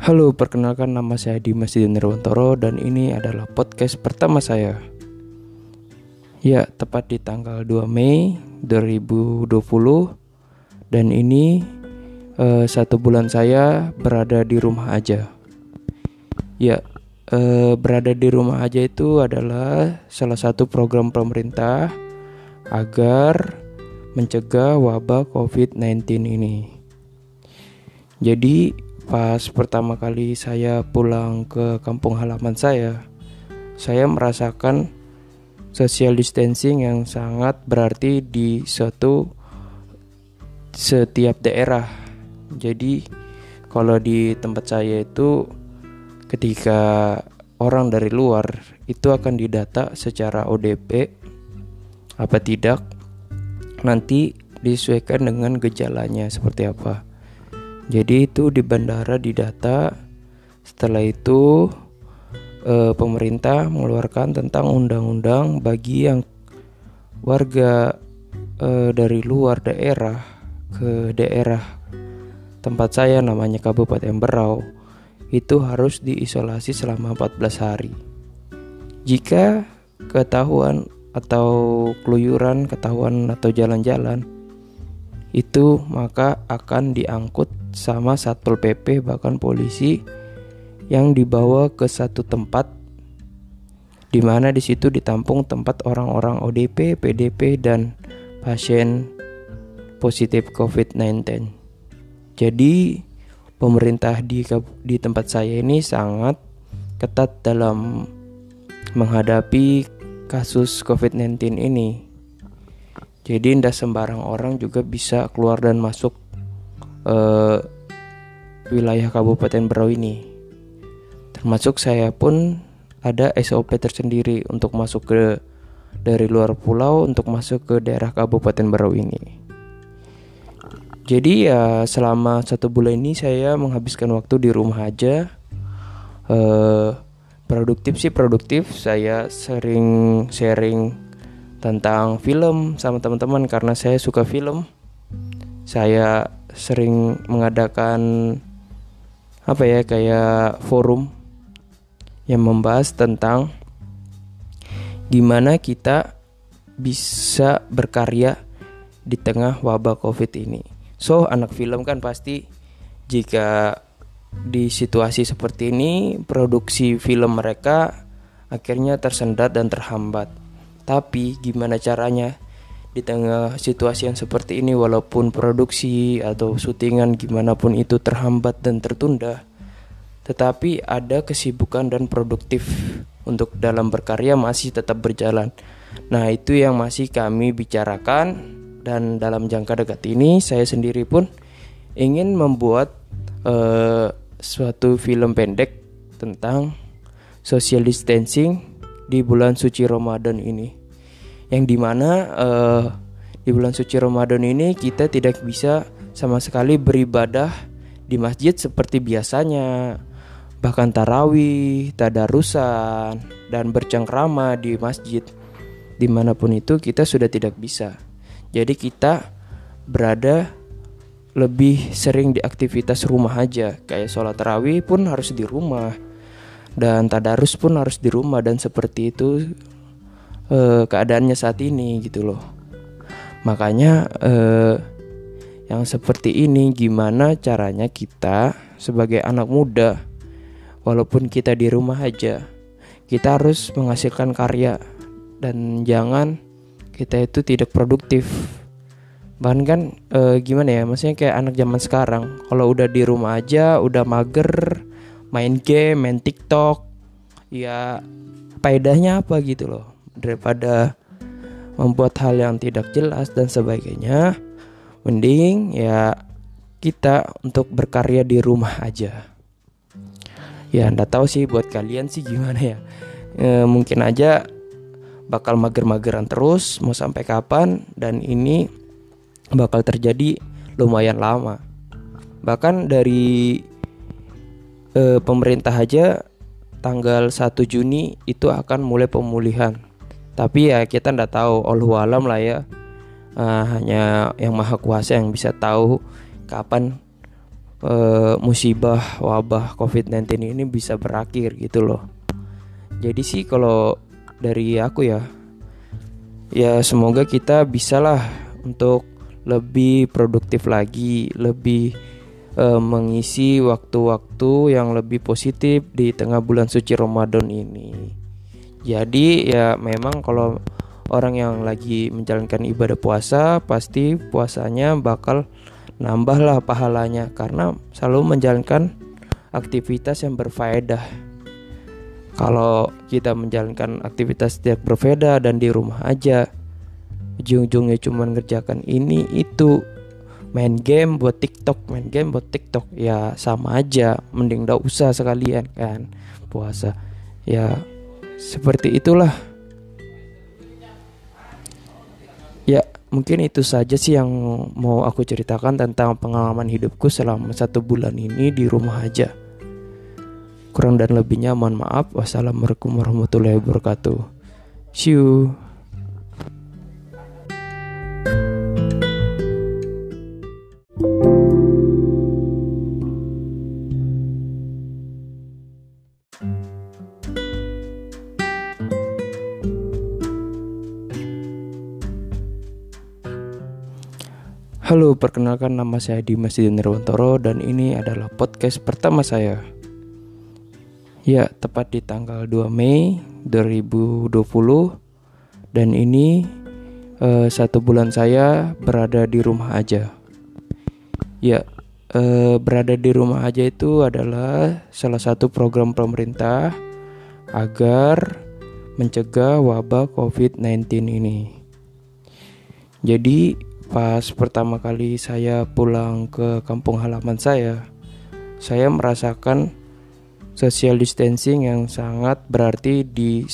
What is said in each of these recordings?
Halo, perkenalkan nama saya Dimas Nirwantoro dan ini adalah podcast pertama saya. Ya, tepat di tanggal 2 Mei 2020 dan ini 1 bulan saya berada di rumah aja. Ya, berada di rumah aja itu adalah salah satu program pemerintah agar mencegah wabah COVID-19 ini. Jadi pas pertama kali saya pulang ke kampung halaman saya merasakan social distancing yang sangat berarti di setiap daerah. Jadi kalau di tempat saya itu ketika orang dari luar itu akan didata secara ODP apa tidak, nanti disesuaikan dengan gejalanya seperti apa. Jadi itu di bandara didata. Setelah itu pemerintah mengeluarkan tentang undang-undang bagi yang warga dari luar daerah ke daerah tempat saya namanya Kabupaten Berau itu harus diisolasi selama 14 hari. Jika ketahuan atau keluyuran atau jalan-jalan itu maka akan diangkut sama Satpol PP bahkan polisi yang dibawa ke satu tempat di mana di situ ditampung tempat orang-orang ODP, PDP dan pasien positif COVID-19. Jadi pemerintah di tempat saya ini sangat ketat dalam menghadapi kasus COVID-19 ini. Jadi tidak sembarang orang juga bisa keluar dan masuk wilayah Kabupaten Berau ini. Termasuk saya pun ada SOP tersendiri untuk masuk dari luar pulau untuk masuk ke daerah Kabupaten Berau ini. Jadi ya selama 1 bulan ini saya menghabiskan waktu di rumah aja. Produktif. Saya sering sharing tentang film sama teman-teman karena saya suka film. Saya sering mengadakan kayak forum yang membahas tentang gimana kita bisa berkarya di tengah wabah COVID ini. So, anak film kan pasti jika di situasi seperti ini produksi film mereka akhirnya tersendat dan terhambat. Tapi gimana caranya di tengah situasi yang seperti ini walaupun produksi atau syutingan gimana pun itu terhambat dan tertunda, tetapi ada kesibukan dan produktif untuk dalam berkarya masih tetap berjalan. Nah, itu yang masih kami bicarakan dan dalam jangka dekat ini saya sendiri pun ingin membuat suatu film pendek tentang social distancing di bulan suci Ramadan ini, yang dimana di bulan suci Ramadan ini kita tidak bisa sama sekali beribadah di masjid seperti biasanya, bahkan tarawih, tadarusan, dan bercengkrama di masjid dimanapun itu kita sudah tidak bisa. Jadi kita berada lebih sering di aktivitas rumah aja, kayak sholat tarawih pun harus di rumah dan tadarus pun harus di rumah, dan seperti itu keadaannya saat ini gitu loh. Makanya yang seperti ini gimana caranya kita sebagai anak muda, walaupun kita di rumah aja, kita harus menghasilkan karya dan jangan kita itu tidak produktif. Bahkan kan gimana ya, maksudnya kayak anak zaman sekarang kalau udah di rumah aja udah mager, main game, main TikTok, ya faedahnya apa gitu loh, daripada membuat hal yang tidak jelas dan sebagainya. Mending ya kita untuk berkarya di rumah aja. Ya nggak tahu sih buat kalian sih gimana ya, mungkin aja bakal mager-mageran terus mau sampai kapan, dan ini bakal terjadi lumayan lama. Bahkan dari pemerintah aja tanggal 1 Juni itu akan mulai pemulihan. Tapi ya kita nggak tahu, Allahu alam lah ya. Hanya yang maha kuasa yang bisa tahu kapan musibah wabah COVID-19 ini bisa berakhir gitu loh. Jadi sih kalau dari aku ya semoga kita bisalah untuk lebih produktif lagi, lebih mengisi waktu-waktu yang lebih positif di tengah bulan suci Ramadan ini. Jadi ya memang kalau orang yang lagi menjalankan ibadah puasa, pasti puasanya bakal nambah lah pahalanya karena selalu menjalankan aktivitas yang berfaedah. Kalau kita menjalankan aktivitas tidak berfaedah dan di rumah aja, ujung-ujungnya cuma ngerjakan ini itu, main game buat TikTok, ya sama aja, mending gak usah sekalian kan puasa. Ya seperti itulah. Ya mungkin itu saja sih yang mau aku ceritakan tentang pengalaman hidupku selama 1 bulan ini di rumah aja. Kurang dan lebihnya mohon maaf. Wassalamualaikum warahmatullahi wabarakatuh. See you. Halo, perkenalkan nama saya Dimas Nirwantoro dan ini adalah podcast pertama saya. Ya, tepat di tanggal 2 Mei 2020 dan ini 1 bulan saya berada di rumah aja. Ya, berada di rumah aja itu adalah salah satu program pemerintah agar mencegah wabah COVID-19 ini. Jadi pas pertama kali saya pulang ke kampung halaman saya merasakan social distancing yang sangat berarti di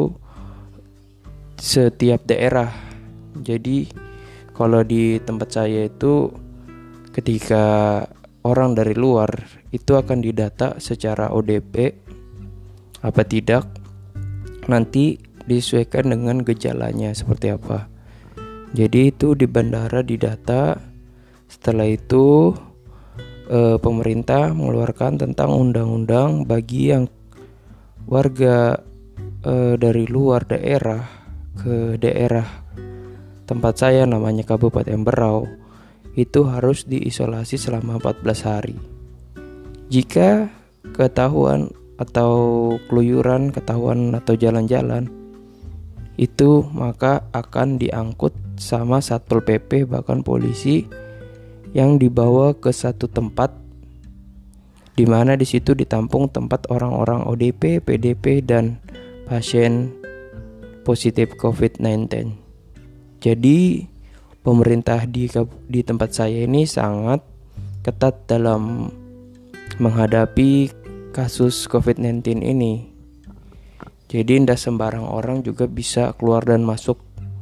setiap daerah. Jadi kalau di tempat saya itu ketika orang dari luar itu akan didata secara ODP apa tidak, nanti disesuaikan dengan gejalanya seperti apa. Jadi itu di bandara didata. Setelah itu pemerintah mengeluarkan tentang undang-undang bagi yang warga dari luar daerah ke daerah tempat saya namanya Kabupaten Berau itu harus diisolasi selama 14 hari. Jika ketahuan atau keluyuran, ketahuan atau jalan-jalan itu maka akan diangkut sama Satpol PP bahkan polisi yang dibawa ke satu tempat di mana di situ ditampung tempat orang-orang ODP, PDP dan pasien positif COVID-19. Jadi pemerintah di tempat saya ini sangat ketat dalam menghadapi kasus COVID-19 ini. Jadi tidak sembarang orang juga bisa keluar dan masuk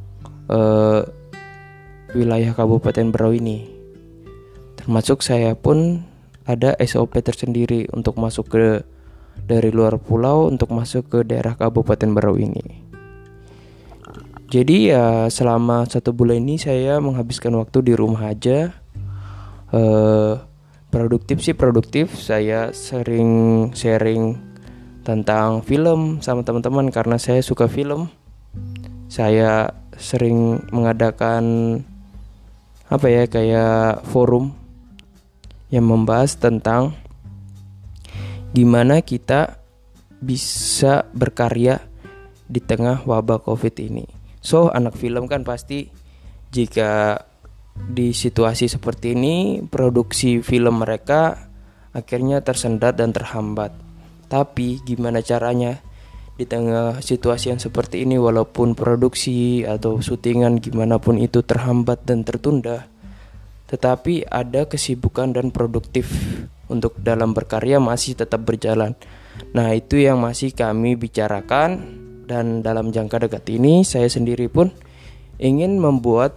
wilayah Kabupaten Berau ini. Termasuk saya pun ada SOP tersendiri untuk masuk dari luar pulau untuk masuk ke daerah Kabupaten Berau ini. Jadi ya selama 1 bulan ini saya menghabiskan waktu di rumah aja. Produktif. Saya sering sharing tentang film sama teman-teman karena saya suka film. Saya sering mengadakan kayak forum yang membahas tentang gimana kita bisa berkarya di tengah wabah Covid ini. So, anak film kan pasti jika di situasi seperti ini produksi film mereka akhirnya tersendat dan terhambat. Tapi gimana caranya di tengah situasi yang seperti ini, walaupun produksi atau syutingan gimana pun itu terhambat dan tertunda, tetapi ada kesibukan dan produktif untuk dalam berkarya masih tetap berjalan. Nah, itu yang masih kami bicarakan, dan dalam jangka dekat ini saya sendiri pun ingin membuat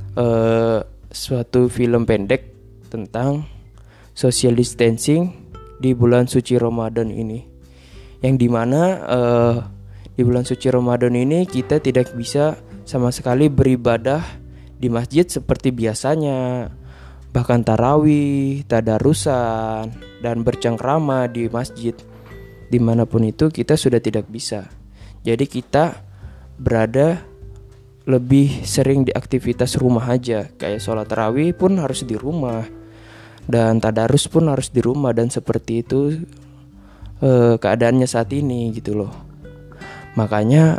suatu film pendek tentang social distancing di bulan suci Ramadan ini, yang dimana di bulan suci Ramadan ini kita tidak bisa sama sekali beribadah di masjid seperti biasanya, bahkan tarawih, tadarusan, dan bercengkrama di masjid. Dimanapun itu kita sudah tidak bisa. Jadi kita berada lebih sering di aktivitas rumah aja. Kayak sholat tarawih pun harus di rumah, dan tadarus pun harus di rumah. Dan seperti itu keadaannya saat ini gitu loh. Makanya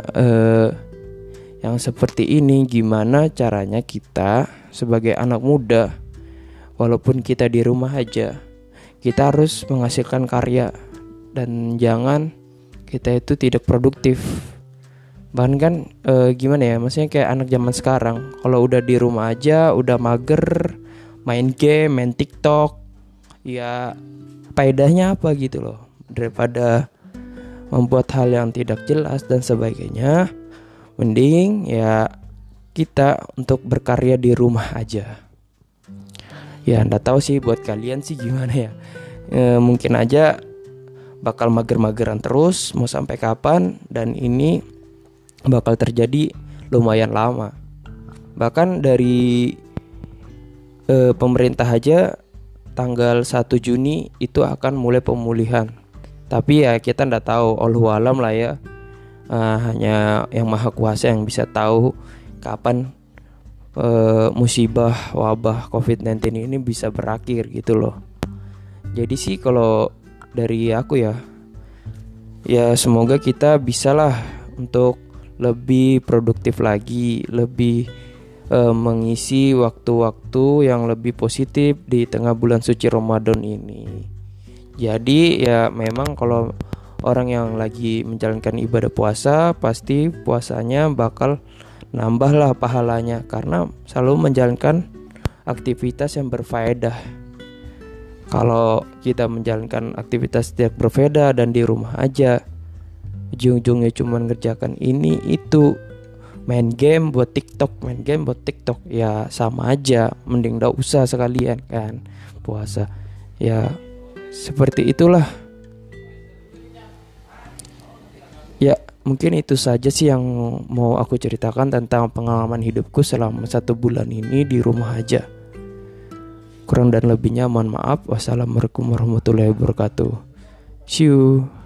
yang seperti ini gimana caranya kita sebagai anak muda, walaupun kita di rumah aja, kita harus menghasilkan karya. Dan jangan kita itu tidak produktif. Bahkan kan gimana ya, maksudnya kayak anak zaman sekarang, kalau udah di rumah aja udah mager, main game, main TikTok, ya faedahnya apa gitu loh. Daripada membuat hal yang tidak jelas dan sebagainya, mending ya kita untuk berkarya di rumah aja. Ya nggak tahu sih buat kalian sih gimana ya. Mungkin aja bakal mager-mageran terus mau sampai kapan, dan ini bakal terjadi lumayan lama. Bahkan dari pemerintah aja tanggal 1 Juni itu akan mulai pemulihan. Tapi ya kita nggak tahu, Allahu alam lah ya. Hanya yang maha kuasa yang bisa tahu kapan musibah wabah COVID-19 ini bisa berakhir gitu loh. Jadi sih kalau dari aku ya semoga kita bisalah untuk lebih produktif lagi, lebih mengisi waktu-waktu yang lebih positif di tengah bulan suci Ramadan ini. Jadi ya memang kalau orang yang lagi menjalankan ibadah puasa, pasti puasanya bakal nambah lah pahalanya, karena selalu menjalankan aktivitas yang berfaedah. Kalau kita menjalankan aktivitas tidak berfaedah dan di rumah aja, ujung-ujungnya cuma ngerjakan ini itu, main game buat TikTok, ya sama aja. Mending gak usah sekalian kan puasa. Ya seperti itulah. Ya mungkin itu saja sih yang mau aku ceritakan tentang pengalaman hidupku selama 1 bulan ini di rumah aja. Kurang dan lebihnya mohon maaf. Wassalamualaikum warahmatullahi wabarakatuh. See you.